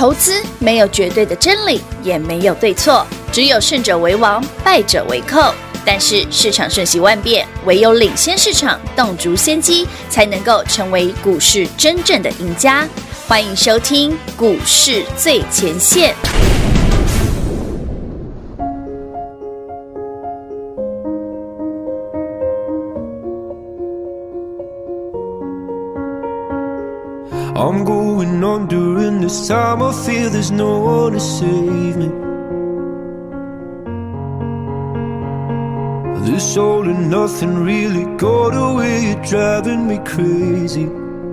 投资没有绝对的真理，也没有对错，只有胜者为王，败者为寇。但是市场瞬息万变，唯有领先市场，洞烛先机，才能够成为股市真正的赢家。欢迎收听股市最前线。 I'm going on during this time. I feel there's no one to save me. This all and nothing really got away. You're driving me crazy.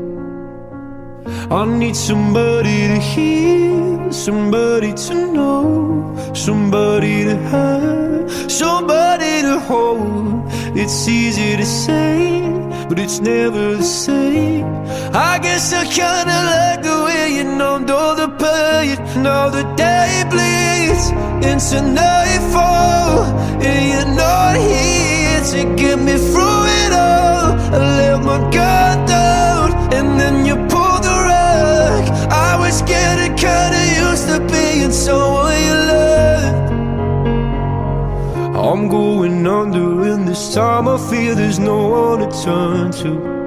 I need somebody to hear, somebody to know, somebody to have, somebody to hold. It's easy to say, but it's never the same. I guess I kinda like the way you numbed all the pain. Now the day bleeds into nightfall, and you're not here to get me through it all. I let my guard down, and then you pulled the rug. I was getting kinda used to being someone you loved. I'm going under in this time. I feel there's no one to turn to.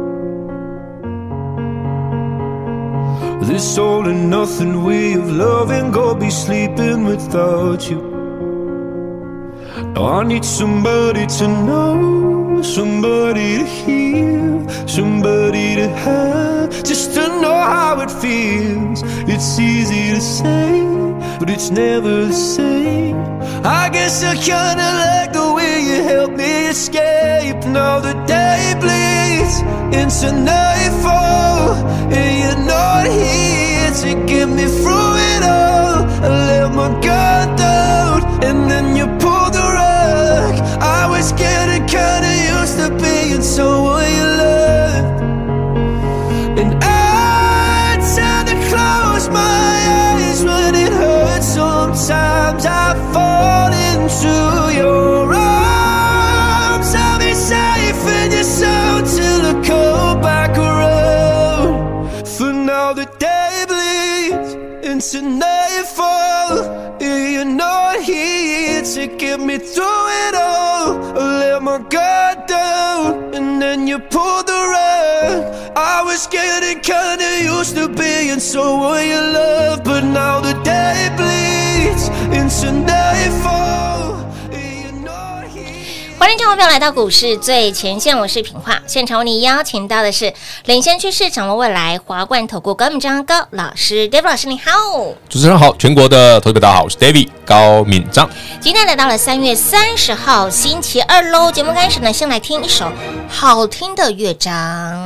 This all and nothing way of loving, go be sleeping without you. Now I need somebody to know, somebody to hear, somebody to have, just to know how it feels. It's easy to say, but it's never the same. I guess I kinda like the way you help me escape. Now the day bleeds into nightfall, and you're not here to get me through it all. I let my guard down, and then you pulled the rug. I was getting kinda used to being someone you loved, and I tend to close my eyes when it hurts. Sometimes I fall into your arms. I'll be safe in your soul till I come back around. For now the day bleeds into nightfall, and you're not here to get me through it all. I let my guard down, and then you pulled the rug. I was getting kinda used to being someone you love, but now the day bleeds into nightfall. 欢迎各位朋友来到股市最前线，我是品化。现场为你邀请到的是领先趋势、掌握未来华冠投顾高敏章高老师 ，David 老师你好， 主持人好，全国的投资者大家好，我是 David 高敏章。 今天来到了3月30号星期二喽。节目开始呢，先来听一首好听的乐章。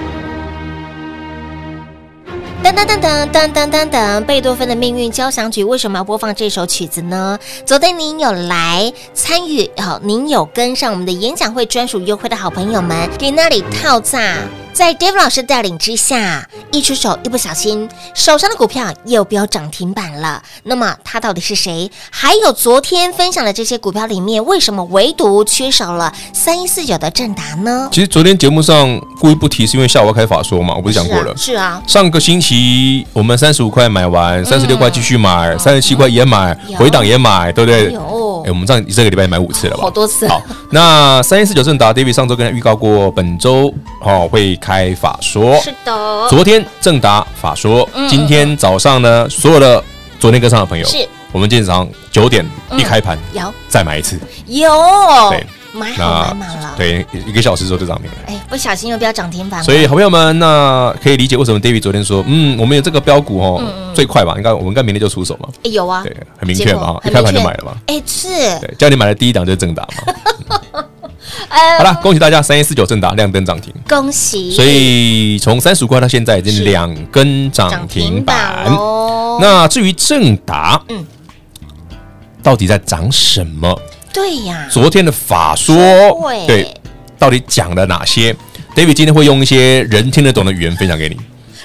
噔噔噔噔噔噔噔噔，贝多芬的命运交响曲为什么要播放这首曲子呢？昨天您有来参与，您有跟上我们的演讲会专属优惠的好朋友们，给那里套炸。在 David 老师带领之下，一出手一不小心，手上的股票又飙涨停板了。那么他到底是谁？还有昨天分享的这些股票里面，为什么唯独缺少了3149的正达呢？ 其实昨天节目上故意不提，是因为下午要开法说嘛，我不是讲过了？ 是啊。上个星期我们35块买完，36块继续买，37块也买，回档也买，对不对？我们这个礼拜买5次了吧？ 好多次。 好，那3149正达 ，David 上周跟他预告过，本周会开法说。是的。昨天正达法说，今天早上呢，所有的昨天跟上的朋友，是我们今天早上9点一开盘，再买一次， 有， 对。 买好买满了， 对，1个小时之后就涨停了。 哎，不小心又飙涨停板了。 所以好朋友们，那可以理解为什么 David 昨天说，我们有这个标股最快吧？我们应该明天就出手嘛？ 有啊， 对，很明确嘛，一开盘就买了嘛。 哎，是， 对，叫你买的第一档就是正达嘛。好了，恭喜大家3149正达亮灯涨停， 恭喜！ 所以从35块到现在已经2根涨停板哦。那至于正达，到底在涨什么？ 对呀， 昨天的法说，对，到底讲了哪些 ？David 今天会用一些人听得懂的语言分享给你。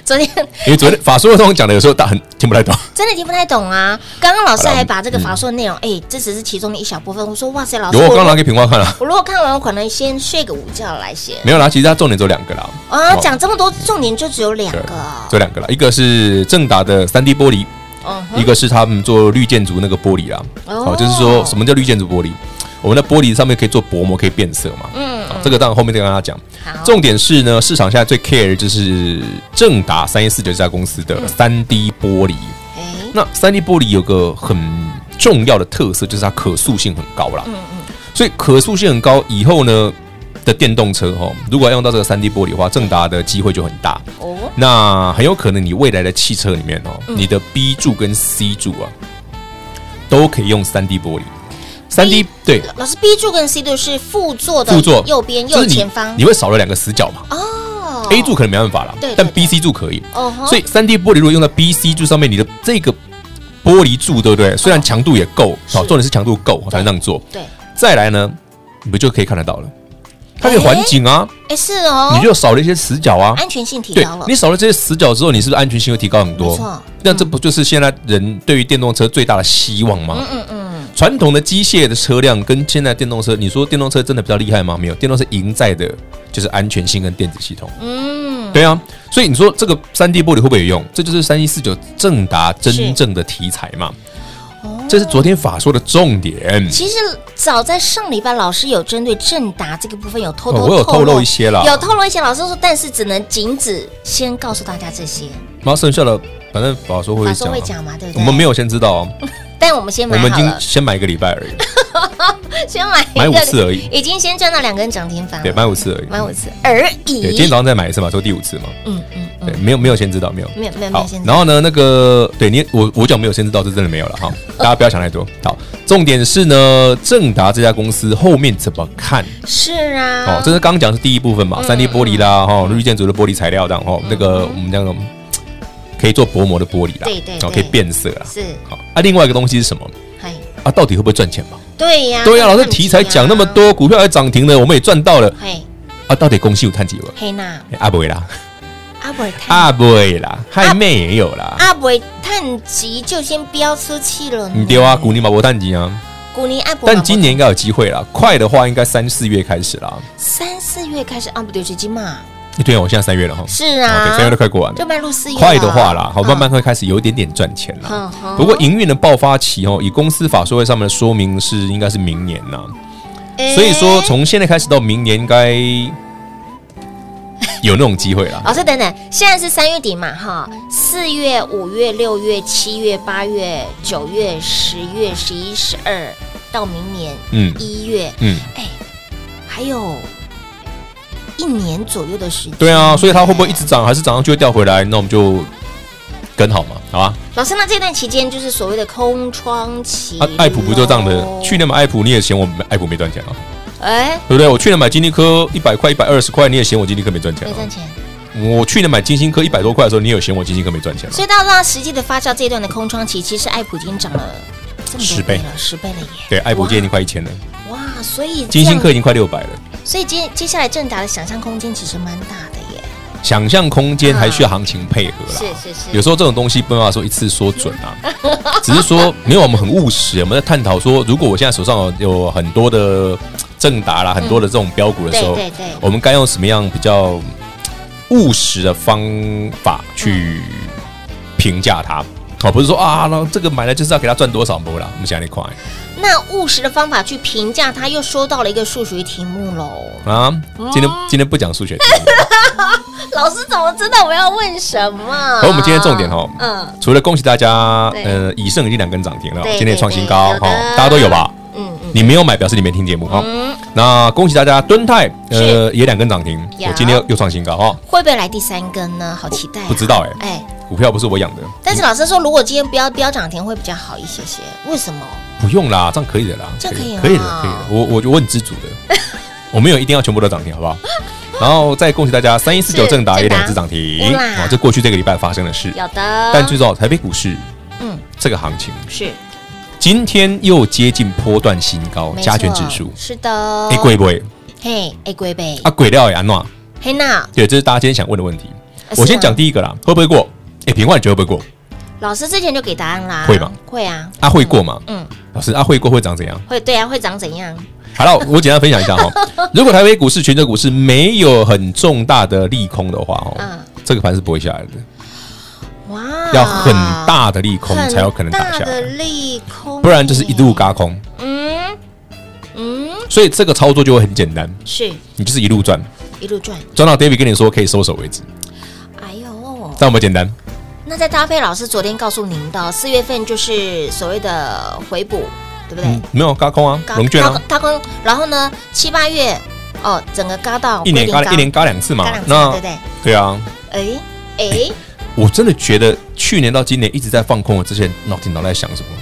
昨天因为昨天法说的东西讲的有时候很听不太懂， 真的听不太懂啊。刚刚老师还把这个法说的内容，这只是其中的一小部分。我说哇塞，老师， 有我刚拿给平花看了。 我如果看完，我可能先睡个午觉来写。 没有啦，其实它重点只有2个啦。 啊，讲这么多重点就只有2个， 只有2个啦。一个是正达的3D 玻璃，一个是他们做绿建筑那个玻璃啦。就是说什么叫绿建筑玻璃？我们的玻璃上面可以做薄膜，可以变色嘛。这个当然后面再跟大家讲。重点是呢，市场现在最 care 的就是正达3149这家公司的3D 玻璃。那3D 玻璃有个很重要的特色，就是它可塑性很高啦。所以可塑性很高，以后呢的电动车如果要用到这个3D 玻璃的话，正达的机会就很大。那很有可能你未来的汽车里面你的 B 柱跟 C 柱啊，都可以用3D 玻璃。3D 对， 老师 B 柱跟 C 柱是副座的右边右前方， 你会少了2个死角嘛？A 柱可能没办法了，但 B、C 柱可以。所以3D 玻璃如果用到 B、C 柱上面，你的这个玻璃柱对不对？虽然强度也够，重点是强度够才能这样做。 对， 再来呢，你不就可以看得到了？它可以环景啊， 是哦， 你就少了一些死角啊， 安全性提高了。 你少了这些死角之后，你是不是安全性会提高很多？没错，那这不就是现在人对于电动车最大的希望吗？传统的机械的车辆跟现在电动车，你说电动车真的比较厉害吗？没有，电动车赢在的就是安全性跟电子系统。对啊，所以你说这个3D 玻璃会不会有用？这就是3149正达真正的题材嘛。这是昨天法说的重点。 其实早在上礼拜，老师有针对正达这个部分有我有透露一些啦， 有透露一些。老师说，但是只能仅止先告诉大家这些。 然后剩下的反正法说会讲嘛，对不对？ 我们没有先知道哦。 但我们先买好了， 我们已经先买1个礼拜而已， 先买 5次而已， 已经先赚到2根涨停板了。 对，买5次而已， 买5次而已。 对，今天早上再买一次嘛，说第5次嘛。对，没有先知道，没有先知道。 然后呢，那个对我讲没有先知道，这真的没有了哈，大家不要想太多。好，重点是呢，正达这家公司后面怎么看？ 是啊， 这是刚讲是第一部分嘛，3D 玻璃啦，绿建筑的玻璃材料这样那个我们这样可以做薄膜的玻璃啦， 对， 可以变色啦。 是好另外一个东西是什么？到底会不会赚钱嘛？ 对呀， 老师题材讲那么多，股票还涨停了，我们也赚到了。到底公司有探几了？ 黑娜不会啦， 不会啦，嗨妹也有啦。 不会探级就先飙出去了。 你对啊，股尼嘛不探级啊。但今年应该有机会啦，快的话应该3、4月开始啦。 3、4月开始不对，是金嘛？ 对啊，我现在3月了哈。 是啊 ，3月都快过完了， 就迈入4月。 快的话啦，慢慢会开始有一点点赚钱啦。不过营运的爆发期以公司法说会上面的说明是应该是明年啦。所以说从现在开始到明年应该有那种机会啦。 老师等等，现在是3月底嘛，4月、5月、6月、7月、8月、9月、10月、11、12到明年1月，还有1年左右的时间。 对啊，所以它会不会一直涨，还是涨上去会掉回来？那我们就跟好嘛，好吧？ 老师，那这段期间就是所谓的空窗期。 爱普不就这样的？去年买爱普你也嫌我爱普没赚钱啊？对不对？我去年买金立科100块、120块，你也嫌我金立科没赚钱。 没赚钱。 我去年买金星科100多块的时候，你有嫌我金星科没赚钱。 所以到它实际的发酵这一段的空窗期，其实爱普已经涨了10倍了耶。 对，爱普今天已经快1000了。 哇，所以金星科已经快600了。 所以接下来正达的想象空间其实蛮大的耶。 想象空间还需要行情配合啦。 是。 有时候这种东西没办法说一次说准啊，只是说没有我们很务实，我们在探讨说，如果我现在手上有很多的正达啦，很多的这种标股的时候， 对， 我们该用什么样比较务实的方法去评价它？不是说这个买了就是要给它赚多少波啦。我们想来看， 那务实的方法去评价它，又说到了一个数学题目喽。 今天不讲数学题目。 老师怎么知道我要问什么？ 而我们今天重点除了恭喜大家，以盛已经2根涨停了，今天也创新高大家都有吧？你没有买表示你没听节目那恭喜大家，敦泰也2根涨停，我今天又创新高会不会来第3根呢？好期待。 不知道股票不是我养的。 但是老师说，如果今天不要飙涨停会比较好一些些，为什么？ 不用啦，这样可以的啦， 这样可以的。我很知足的，我没有一定要全部都涨停，好不好？然后再恭喜大家，3149正达也2只涨停这过去这个礼拜发生的事。 有的。 但最重要，台北股市这个行情是今天又接近波段新高，加权指数是的。 贵不贵？ 贵呗。 贵了也安怎？ 嘿呐。 对，这是大家今天想问的问题。 我先讲第一个啦，会不会过？平话你觉得会不会过？ 老师之前就给答案啦， 会吗？ 会啊， 会过吗？老师会过会长怎样？ 会，对啊，会长怎样？ 好了，我简单分享一下如果台北股市、全球股市没有很重大的利空的话这个盘是不会下来的。哇，要很大的利空才有可能打下来， 很大的利空， 不然就是一路轧空。所以这个操作就会很简单， 是你就是一路赚，赚到 David 跟你说可以收手为止。 哎呦， 这样有没有简单？ 那再搭配老师昨天告诉您的4月份就是所谓的回补，对不对？ 没有轧空啊，融券啊， 轧空。然后呢，7、8月整个轧到一年轧2次嘛， 那对不对？ 对啊。我真的觉得去年到今年一直在放空的这些人脑袋想什么？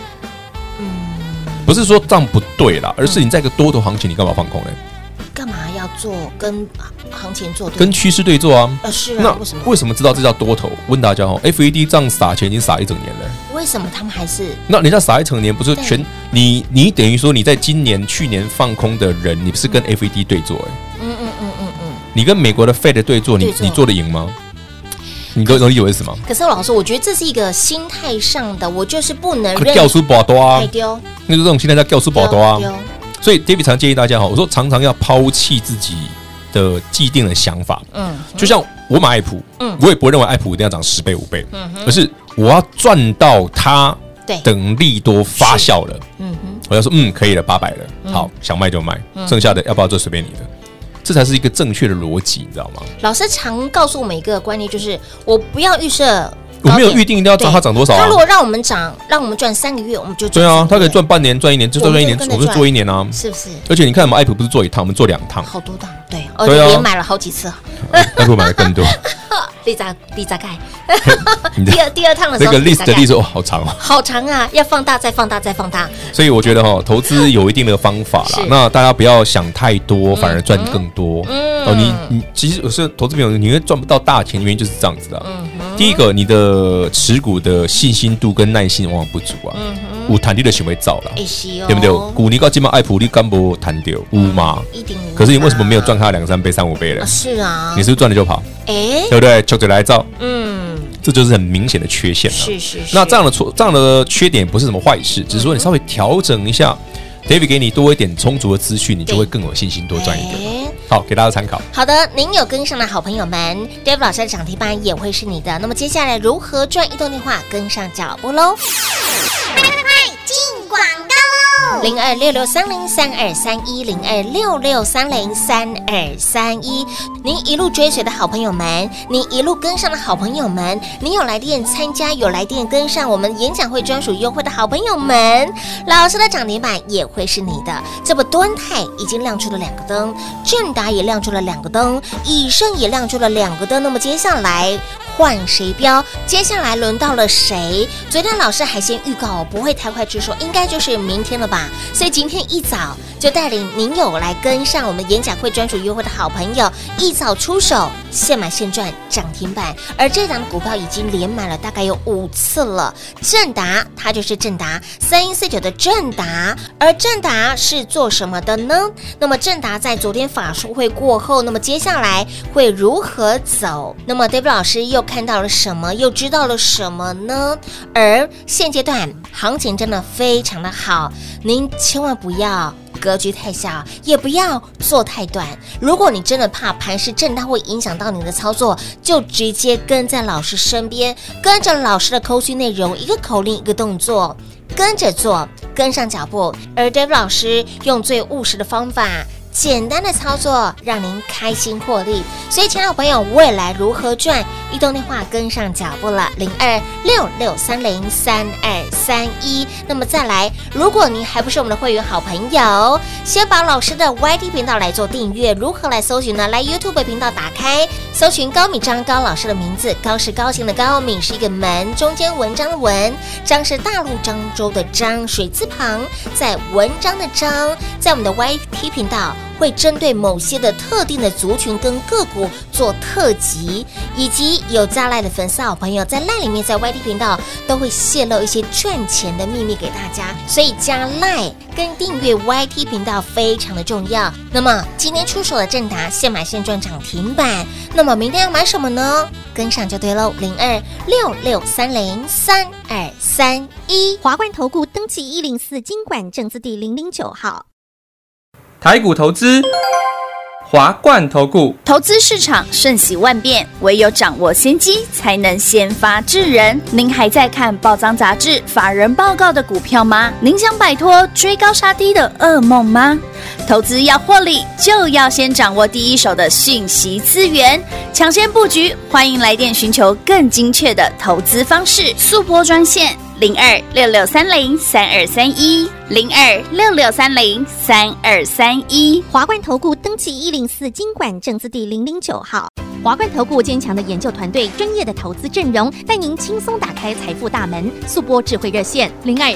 不是说这样不对啦，而是你在一个多头行情，你干嘛放空呢？ 干嘛要做跟行情做对？ 跟趋势对做啊？ 是啊。 那为什么知道这叫多头？问大家FED 这样撒钱已经撒一整年了， 为什么他们还是？ 那人家撒一整年，不是全你等于说你在今年、去年放空的人，你不是跟 FED 对做？你跟美国的 Fed 对做，你做得赢吗？你都理解我意思吗？ 可是老师，我觉得这是一个心态上的，我就是不能认掉书宝多啊，那就这种心态叫掉书宝多啊。所以 David 常建议大家我说常常要抛弃自己的既定的想法。就像我买爱普，我也不会认为爱普一定要涨10倍5倍，而是我要赚到它等利多发酵了，我要说可以了，800了，好，想卖就卖，剩下的要不要就随便你的。这才是一个正确的逻辑，你知道吗？ 老师常告诉我们一个观念，就是我不要预设， 我没有预定一定要知道它涨多少。 他如果让我们涨，让我们赚3个月，我们就对啊，他可以赚半年、赚1年，就赚1年，我们就做1年啊， 是不是？ 而且你看，我们爱普不是做1趟，我们做2趟， 好多趟，对，而且连买了好几次， 爱普买的更多。 立扎盖，第二趟的时候， 这个 list 的例子好长哦， 好长啊，要放大再放大再放大。 所以我觉得投资有一定的方法啦，那大家不要想太多，反而赚更多。你其实有时候投资朋友你会赚不到大钱，原因就是这样子的。第一个，你的持股的信心度跟耐心往往不足啊，有弹低的行为造了，对不对？股你到今嘛爱普你干不弹掉有吗？可是你为什么没有赚它2、3倍、3、5倍呢？ 是啊， 你是不是赚了就跑？对不对？求着来造，这就是很明显的缺陷了。 是。 那这样的缺点不是什么坏事，只是说你稍微调整一下。David 给你多一点充足的资讯，你就会更有信心多赚一点。好，给大家参考。 好的，您有跟上的好朋友们 ，David 老师的涨停板也会是你的。那么接下来如何赚？移动电话跟上脚步喽！快进广告！0266303231，0266303231。您一路追随的好朋友们，您一路跟上的好朋友们，你有来电参加，有来电跟上我们演讲会专属优惠的好朋友们，老师的涨停板也会是你的。这不，敦泰已经亮出了2个灯，正达也亮出了2个灯，以盛也亮出了2个灯。那么接下来换谁标？接下来轮到了谁？昨天老师还先预告不会太快之说，应该就是明天了吧？所以今天一早就带领您有来跟上我们演讲会专属优惠的好朋友，一早出手，现买现赚涨停板。而这档股票已经连买了大概有5次了。正达，它就是正达3149的正达，而正达是做什么的呢？那么正达在昨天法说会过后，那么接下来会如何走？那么 David 老师又看到了什么？又知道了什么呢？而现阶段行情真的非常的好，您千万不要格局太小，也不要做太短。如果你真的怕盘势震荡会影响到你的操作，就直接跟在老师身边，跟着老师的口讯内容，一个口令一个动作，跟着做，跟上脚步。而 David 老师用最务实的方法，简单的操作，让您开心获利。所以，亲爱的朋友，未来如何赚？移动电话跟上脚步了，0266303231。那么再来，如果您还不是我们的会员好朋友，先把老师的 YT 频道来做订阅。如何来搜寻呢？来 YouTube 频道打开，搜寻高敏章高老师的名字，高是高兴的高，敏是一个门，中间文章的文，章是大陆漳州的漳，水字旁，在文章的章，在我们的 YT 频道会针对某些的特定的族群跟个股做特辑，以及有加赖的粉丝好朋友在赖里面，在 YT 频道都会泄露一些赚钱的秘密给大家，所以加赖跟订阅 YT 频道非常的重要。那么今天出手的正达现买现赚涨停板，那么明天要买什么呢？跟上就对喽，0266303231。 华冠投顾登记104金管证字第009号。 台股投资，华冠投顾。 投资市场瞬息万变，唯有掌握先机，才能先发制人。您还在看报章杂志、法人报告的股票吗？您想摆脱追高杀低的噩梦吗？投资要获利，就要先掌握第一手的讯息资源，抢先布局。欢迎来电寻求更精确的投资方式，速拨专线02-6630-3231，02-6630-3231。 华冠投顾登记104金管证字第009号。华冠投顾坚强的研究团队，专业的投资阵容，带您轻松打开财富大门。速拨智慧热线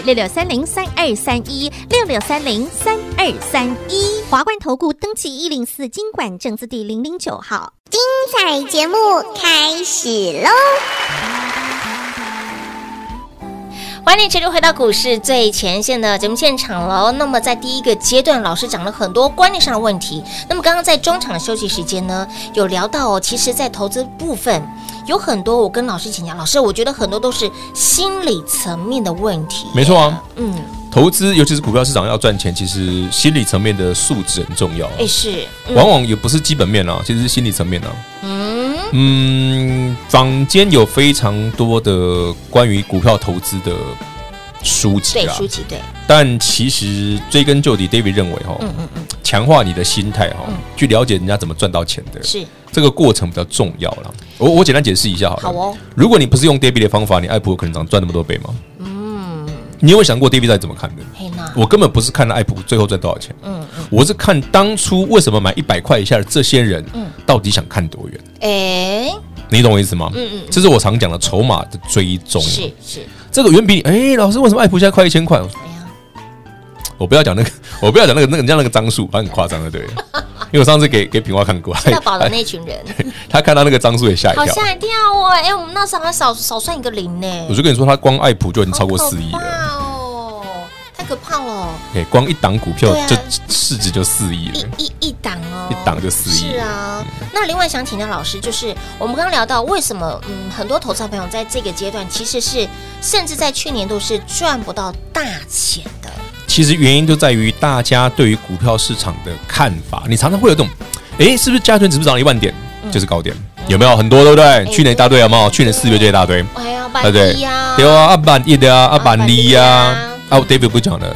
02-6630-3231，6630-3231。华冠投顾登记104金管证字第009号。 彩节目开始喽！ 欢迎持续回到股市最前线的节目现场喽。那么在第一个阶段，老师讲了很多观念上的问题。那么刚刚在中场的休息时间呢，有聊到哦，其实在投资部分有很多，我跟老师请教，老师，我觉得很多都是心理层面的问题。 没错啊，投资尤其是股票市场要赚钱，其实心理层面的素质很重要。 是， 往往也不是基本面啊，其实是心理层面啊。坊间有非常多的关于股票投资的书籍啊， 对。 但其实追根究底 ，David 认为强化你的心态去了解人家怎么赚到钱的， 是这个过程比较重要啦。我简单解释一下好了。 好哦。 如果你不是用 David 的方法，你爱普可能赚那么多倍吗？你有没有想过 David 在怎么看的？我根本不是看了爱普最后赚多少钱，我是看当初为什么买100块以下的这些人，到底想看多远？你懂我意思吗？这是我常讲的筹码的追踪。是这个远比老师为什么爱普现在快1000块？我不要讲那个那个张数，很夸张的，对。因为我上次给平花看过， 大宝的那群人， 他看到那个张数也吓一跳， 好吓一跳哦！我们那时候还少算一个0呢。 我就跟你说，他光爱普就已经超过4亿了， 太可怕了！ 光一档股票就市值就4亿了， 一档哦， 一档就4亿。 是啊，那另外想请教老师，就是我们刚刚聊到为什么很多投资朋友在这个阶段其实是甚至在去年都是赚不到大钱的。 其实原因就在于大家对于股票市场的看法，你常常会有这种，是不是加权指数涨了1万点就是高点？有没有很多，对不对？去年一大堆，有没有？去年4月就一大堆， 对不对？ 对啊，100的啊，120啊，David 不讲的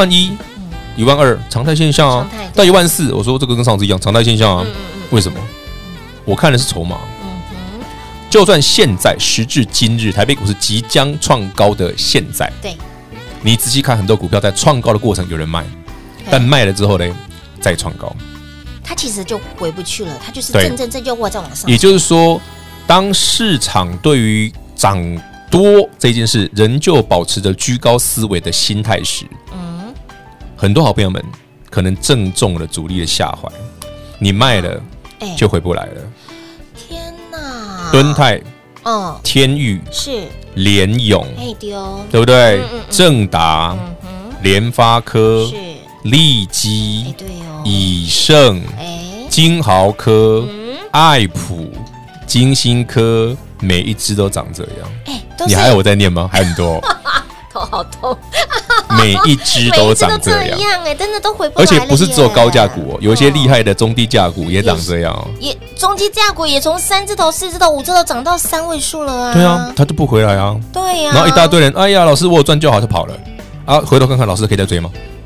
11000、12000常态现象啊，到14000，我说这个跟上次一样，常态现象啊。为什么？我看的是筹码。就算现在时至今日，台北股市即将创高的现在，对。你仔细看，很多股票在创高的过程有人卖，但卖了之后呢，再创高， 它其实就回不去了，它就是正就在往上。 也就是说，当市场对于涨多这件事仍旧保持着居高思维的心态时，很多好朋友们可能正中了主力的下怀，你卖了就回不来了。 天哪！ 敦泰。天宇是联咏，对不对？正达、联发科、利基、以盛、金豪科、爱普、金星科，每一只都长这样。你还有我在念吗？还很多。 头好痛， 每一只都长这样， 真的都回不来了。 而且不是只有高价股，有一些厉害的中低价股也长这样， 也中低价股也从3字头、4字头、5字头涨到3位数了啊。 对啊，他就不回来啊。 对呀， 然后一大堆人，哎呀，老师我有赚就好，就跑了啊。回头看看，老师可以再追吗？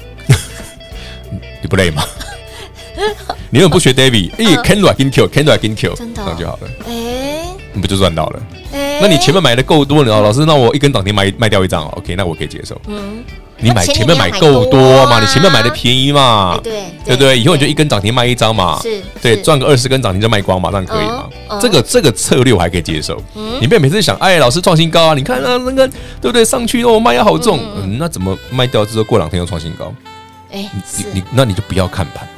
你不累吗？你怎么不学 David？Can do I can kill，Can do I can kill， 这样就好了。你不就赚到了？那你前面买的够多了，老师，那我一根涨停卖掉一张 ，OK， 那我可以接受。你前面买够多嘛？你前面买的便宜嘛？对不对？以后你就一根涨停卖一张嘛？对，赚个20根涨停就卖光嘛，这样可以吗？这个策略我还可以接受。你不要每次想，老师创新高啊！你看啊，那个对不对？上去卖要好重，那怎么卖掉之后过2天又创新高？那你就不要看盘嘛。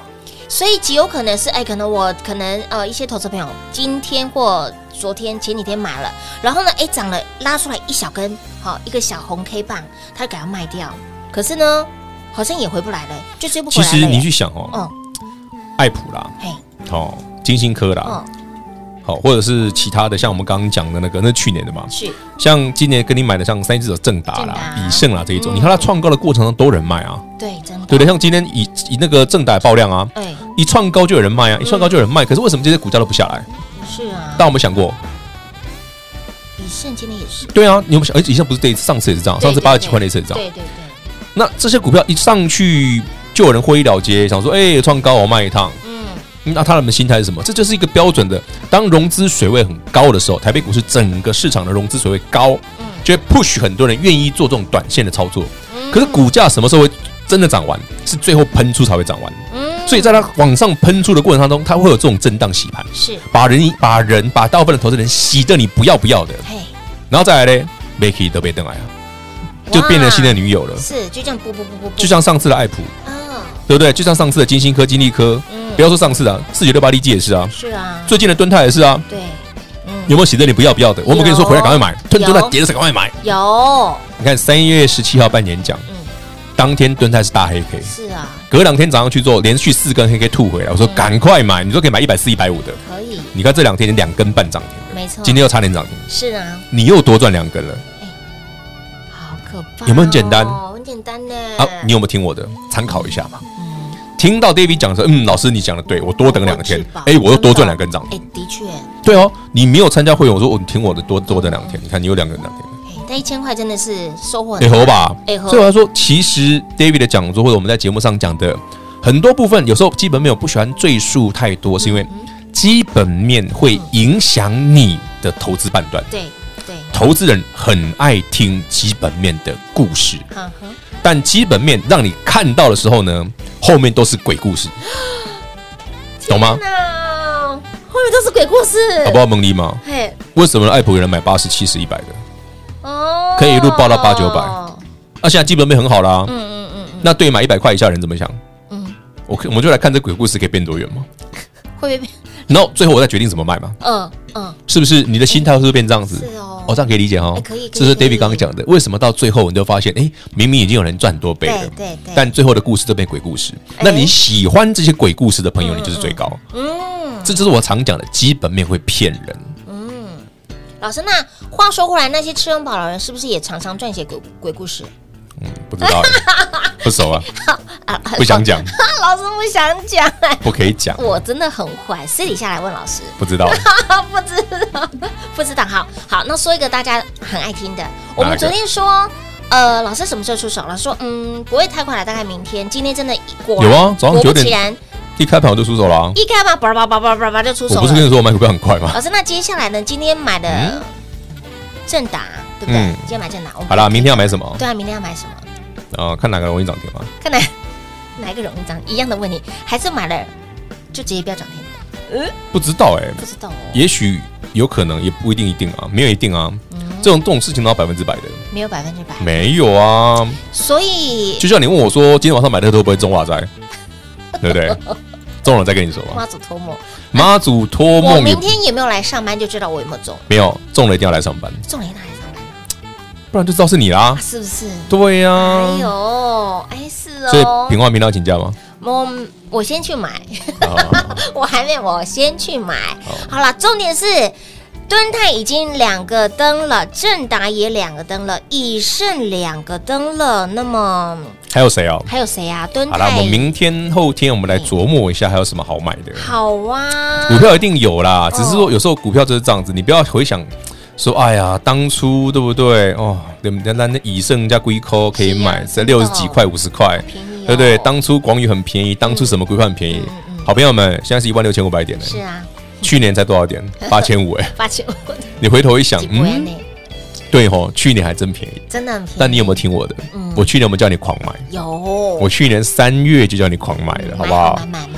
所以极有可能是可能我一些投资朋友今天或昨天前几天买了，然后呢涨了拉出来一小根，一个小红 K 棒，他就给它卖掉，可是呢好像也回不来了，就追不回来了。 其实你去想爱普啦，金星科啦。或者是其他的，像我们刚刚讲的那去年的嘛， 是像今年跟你买的像3只手正达啦、以盛啦这一种，你看它创高的过程中都有人卖啊， 对，真的， 对不对？像今天以那个正达爆量啊，一创高就有人卖啊，一创高就有人卖，可是为什么这些股价都不下来？ 是啊， 大家有没有想过？ 以盛今天也是， 对啊，你有没有想？以盛不是这一次，上次也是这样，上次80几块那次也是这样， 对。 那这些股票一上去就有人获利了结，想说创高我卖一趟。那他们的心态是什么？这就是一个标准的，当融资水位很高的时候，台北股市整个市场的融资水位高，就会 push 很多人愿意做这种短线的操作。可是股价什么时候会真的涨完？是最后喷出才会涨完。所以在它往上喷出的过程当中，它会有这种震荡洗盘， 是把大部分的投资人洗得你不要的，然后再来呢 ，Becky 都被登来啊，就变成新的女友了。 是，就这样就像上次的爱普，对不对？就像上次的金星科、金利科。不要说上次啊，4968利基也是啊， 是啊， 最近的敦泰也是啊， 对， 有没有洗得你不要的？我们跟你说回来赶快买，敦泰跌的时候赶快买。 有， 你看3月17号办演讲，当天敦泰是大黑 K， 是啊， 隔2天早上去做，连续4根黑 K 吐回来，我说赶快买，你说可以买140、150的， 可以。 你看这2天2根半涨停， 没错， 今天又差点涨停， 是啊， 你又多赚2根了， 好可怕， 有没有很简单？ 很简单呢。 你有没有听我的？参考一下嘛。听到 David 讲说，老师你讲的对，我多等2天，我又多赚2根涨停， 的确， 对哦，你没有参加会员，我说你听我的，多等2天，你看你有2根涨停， 那1000块真的是收获很大， 吧？所以我说，其实 David 的讲座或者我们在节目上讲的很多部分，有时候基本面我不喜欢赘述太多，是因为基本面会影响你的投资判断，对，投资人很爱听基本面的故事，但基本面让你看到的时候呢，后面都是鬼故事，懂吗？ 后面都是鬼故事， 好不好？蒙利吗？为什么爱普有人买80、70、100的？可以一路爆到8、900。那现在基本面很好啦。那对于买100块以下的人怎么想？我们就来看这鬼故事可以变多远吗？ 会不会变？ 然后最后我再决定怎么卖嘛。是不是你的心态会变这样子？是哦。这样可以理解哈。可以。这是 David 刚刚讲的，为什么到最后你就发现，明明已经有人赚很多倍了，对，但最后的故事都变鬼故事。那你喜欢这些鬼故事的朋友，你就是最高。这就是我常讲的，基本面会骗人。 老师，那话说回来，那些吃温饱的人是不是也常常撰写鬼故事？ 不知道，不熟啊，不想讲。 老师不想讲， 不可以讲。 我真的很坏，私底下来问老师。 不知道， 不知道。好，那说一个大家很爱听的。我们昨天说，老师什么时候出手？老师说，不会太快了，大概明天。今天真的有啊，早上9点，果不其然， 一开盘我就出手了。 一开盘，叭就出手了。 我不是跟你说我买股票很快吗？ 老师，那接下来呢？今天买的正达，对不对？今天买正达。 好啦，明天要买什么？ 对啊，明天要买什么？ 看哪个容易涨停吗？ 看哪一个容易涨？一样的问题，还是买了就直接不要涨停？ 不知道不知道哦。 也许有可能，也不一定啊，没有一定啊。这种事情都要100%的， 没有100%， 没有啊。 所以就像你问我说，今天晚上买的会不会中哇塞？对不对？中了再跟你说吧。妈祖托梦， 我明天有没有来上班就知道我有没有中。 没有中了一定要来上班， 中了一定要来上班， 不然就知道是你啦， 是不是？ 对呀。 是哦。 所以平话明天要请假吗？ 我先去买，我还没，我先去买。好了，重点是敦泰已经2个灯了，正达也2个灯了，以盛2个灯了。那么还有谁啊？ 敦泰。 好了，我们明天后天我们来琢磨一下，还有什么好买的。 好啊， 股票一定有啦，只是说有时候股票就是这样子，你不要回想说，哎呀，当初对不对？那以盛加龟壳可以买，才60几块、50块，对不对？当初广宇很便宜，当初什么股票很便宜？好朋友们，现在是16500点了。 是啊。 去年才多少点？8500 8500。 你回头一想，对吼，去年还真便宜， 真的很便宜。 但你有没有听我的？我去年有没有叫你狂买？ 有。 我去年3月就叫你狂买了，好不好？ 买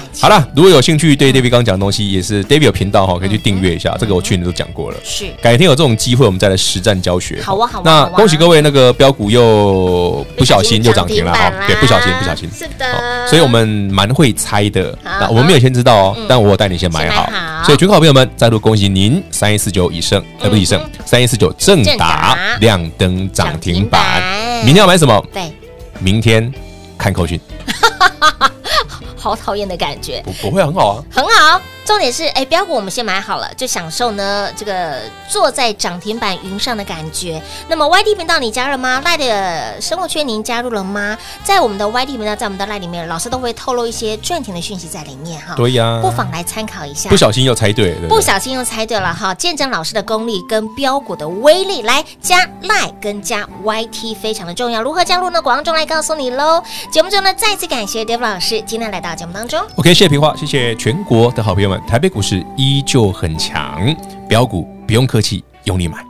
好了，如果有兴趣对 David 刚讲的东西，也是 David 有频道可以去订阅一下。这个我去年都讲过了。 是， 改天有这种机会，我们再来实战教学。 好啊。 那恭喜各位，那个标股又不小心又涨停了哈。对，不小心。 是的。 所以我们蛮会猜的。那我们没有先知道哦，但我带你先买好。所以全国好朋友们，再度恭喜您3149以盛，不是以盛，3149正达亮灯涨停板。明天要买什么？ 对， 明天看扣讯。 好讨厌的感觉， 不会很好啊， 很好。重点是，标股我们先买好了，就享受呢这个坐在涨停板云上的感觉。那么 YT 频道你加入了吗？赖的生活圈您加入了吗？在我们的 YT 频道，在我们的赖里面，老师都会透露一些赚钱的讯息在里面哈。 对呀， 不妨来参考一下。 不小心又猜对了， 不小心又猜对了哈，见证老师的功力跟标股的威力。来加赖跟加 YT 非常的重要，如何加入呢？广告中来告诉你喽。节目中呢，再次感谢 David 老师今天来到节目当中。 OK， 谢谢平花，谢谢全国的好朋友们。台北股市依旧很强，标股不用客气，用力买。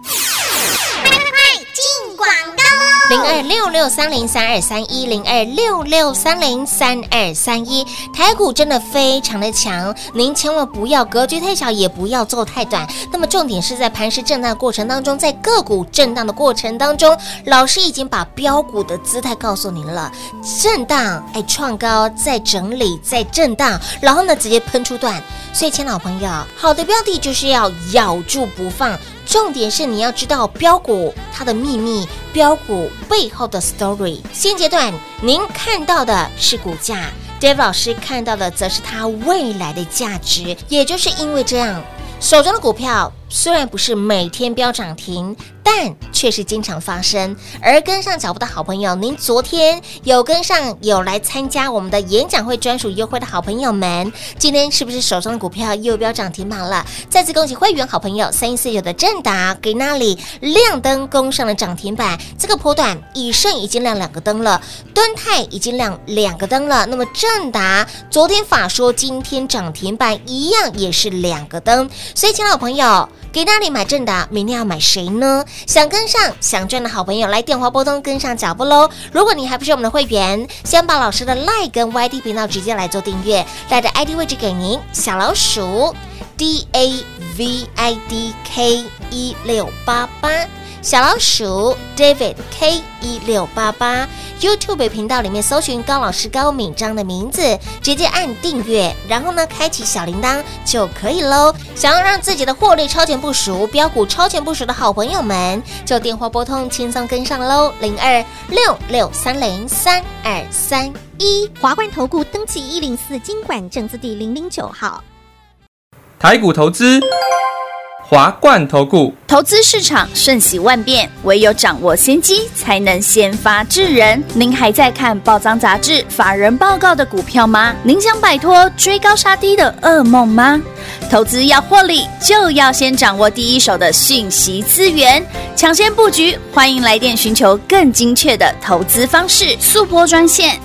0266303231，0266303231，台股真的非常的强，您千万不要格局太小，也不要做太短。那么重点是在盘势震荡的过程当中，在个股震荡的过程当中，老师已经把标股的姿态告诉您了，震荡创高，再整理，再震荡，然后呢直接喷出段。所以亲爱的朋友，好的标的就是要咬住不放。重点是你要知道标股它的秘密，标股背后的 story。现阶段您看到的是股价，David 老师看到的则是它未来的价值。也就是因为这样，手中的股票虽然不是每天飙涨停，但却是经常发生。而跟上脚步的好朋友，您昨天有跟上，有来参加我们的演讲会专属优惠的好朋友们，今天是不是手上的股票又飙涨停板了？再次恭喜会员好朋友3149的正达给那里亮灯攻上了涨停板。这个波段以盛已经亮2个灯了，敦泰已经亮2个灯了。那么正达昨天法说，今天涨停板一样也是2个灯。所以亲爱的朋友，给那里买正达，明天要买谁呢？想跟上想赚的好朋友，来电话拨通跟上脚步喽。如果你还不是我们的会员，先把老师的 LINE 跟 YT 频道直接来做订阅，带着 ID 位置给您，小老鼠 DAVIDK1688，小老鼠 David K1688， YouTube 频道里面搜寻高老师高敏章的名字，直接按订阅，然后呢开启小铃铛就可以咯。想要让自己的获利超前部署，标股超前部署的好朋友们，就电话拨通轻松跟上咯，0266303231。 华冠投顾登记104金管证字第009号。 台股投资华冠投顾， 投资市场瞬息万变，唯有掌握先机，才能先发制人。您还在看报章杂志、法人报告的股票吗？您想摆脱追高杀低的噩梦吗？投资要获利，就要先掌握第一手的讯息资源，抢先布局。欢迎来电寻求更精确的投资方式，速拨专线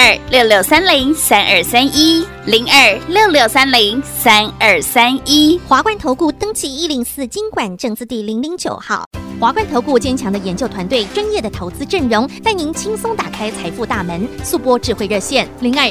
0266303231，0266303231。 华冠投顾登记104金管证字第009号。华冠投顾坚强的研究团队，专业的投资阵容，带您轻松打开财富大门。速拨智慧热线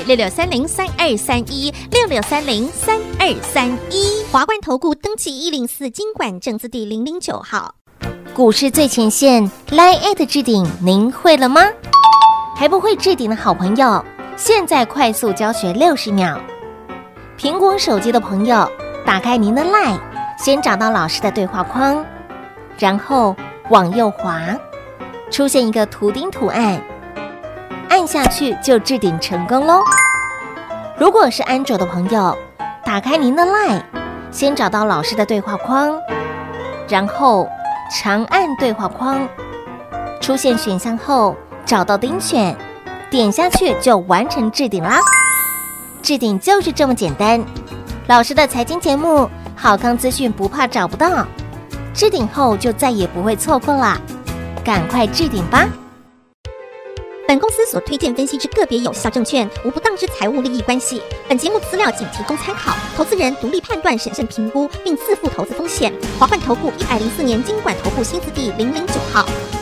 0266303231，66303231。华冠投顾登记104金管证字第009号。 股市最前线 LINE@ 置顶，您会了吗？还不会置顶的好朋友，现在快速教学60秒。苹果手机的朋友，打开您的 LINE， 先找到老师的对话框，然后往右滑，出现一个图钉图案，按下去就置顶成功咯。如果是安卓的朋友，打开您的 LINE， 先找到老师的对话框，然后长按对话框，出现选项后找到钉选，点下去就完成置顶啦。置顶就是这么简单。老师的财经节目，好康资讯不怕找不到，置顶后就再也不会错过啦，赶快置顶吧。 本公司所推荐分析之个别有效证券，无不当之财务利益关系。本节目资料仅提供参考，投资人独立判断、审慎评估，并自负投资风险。华冠投顾104年金管投顾新字第009号。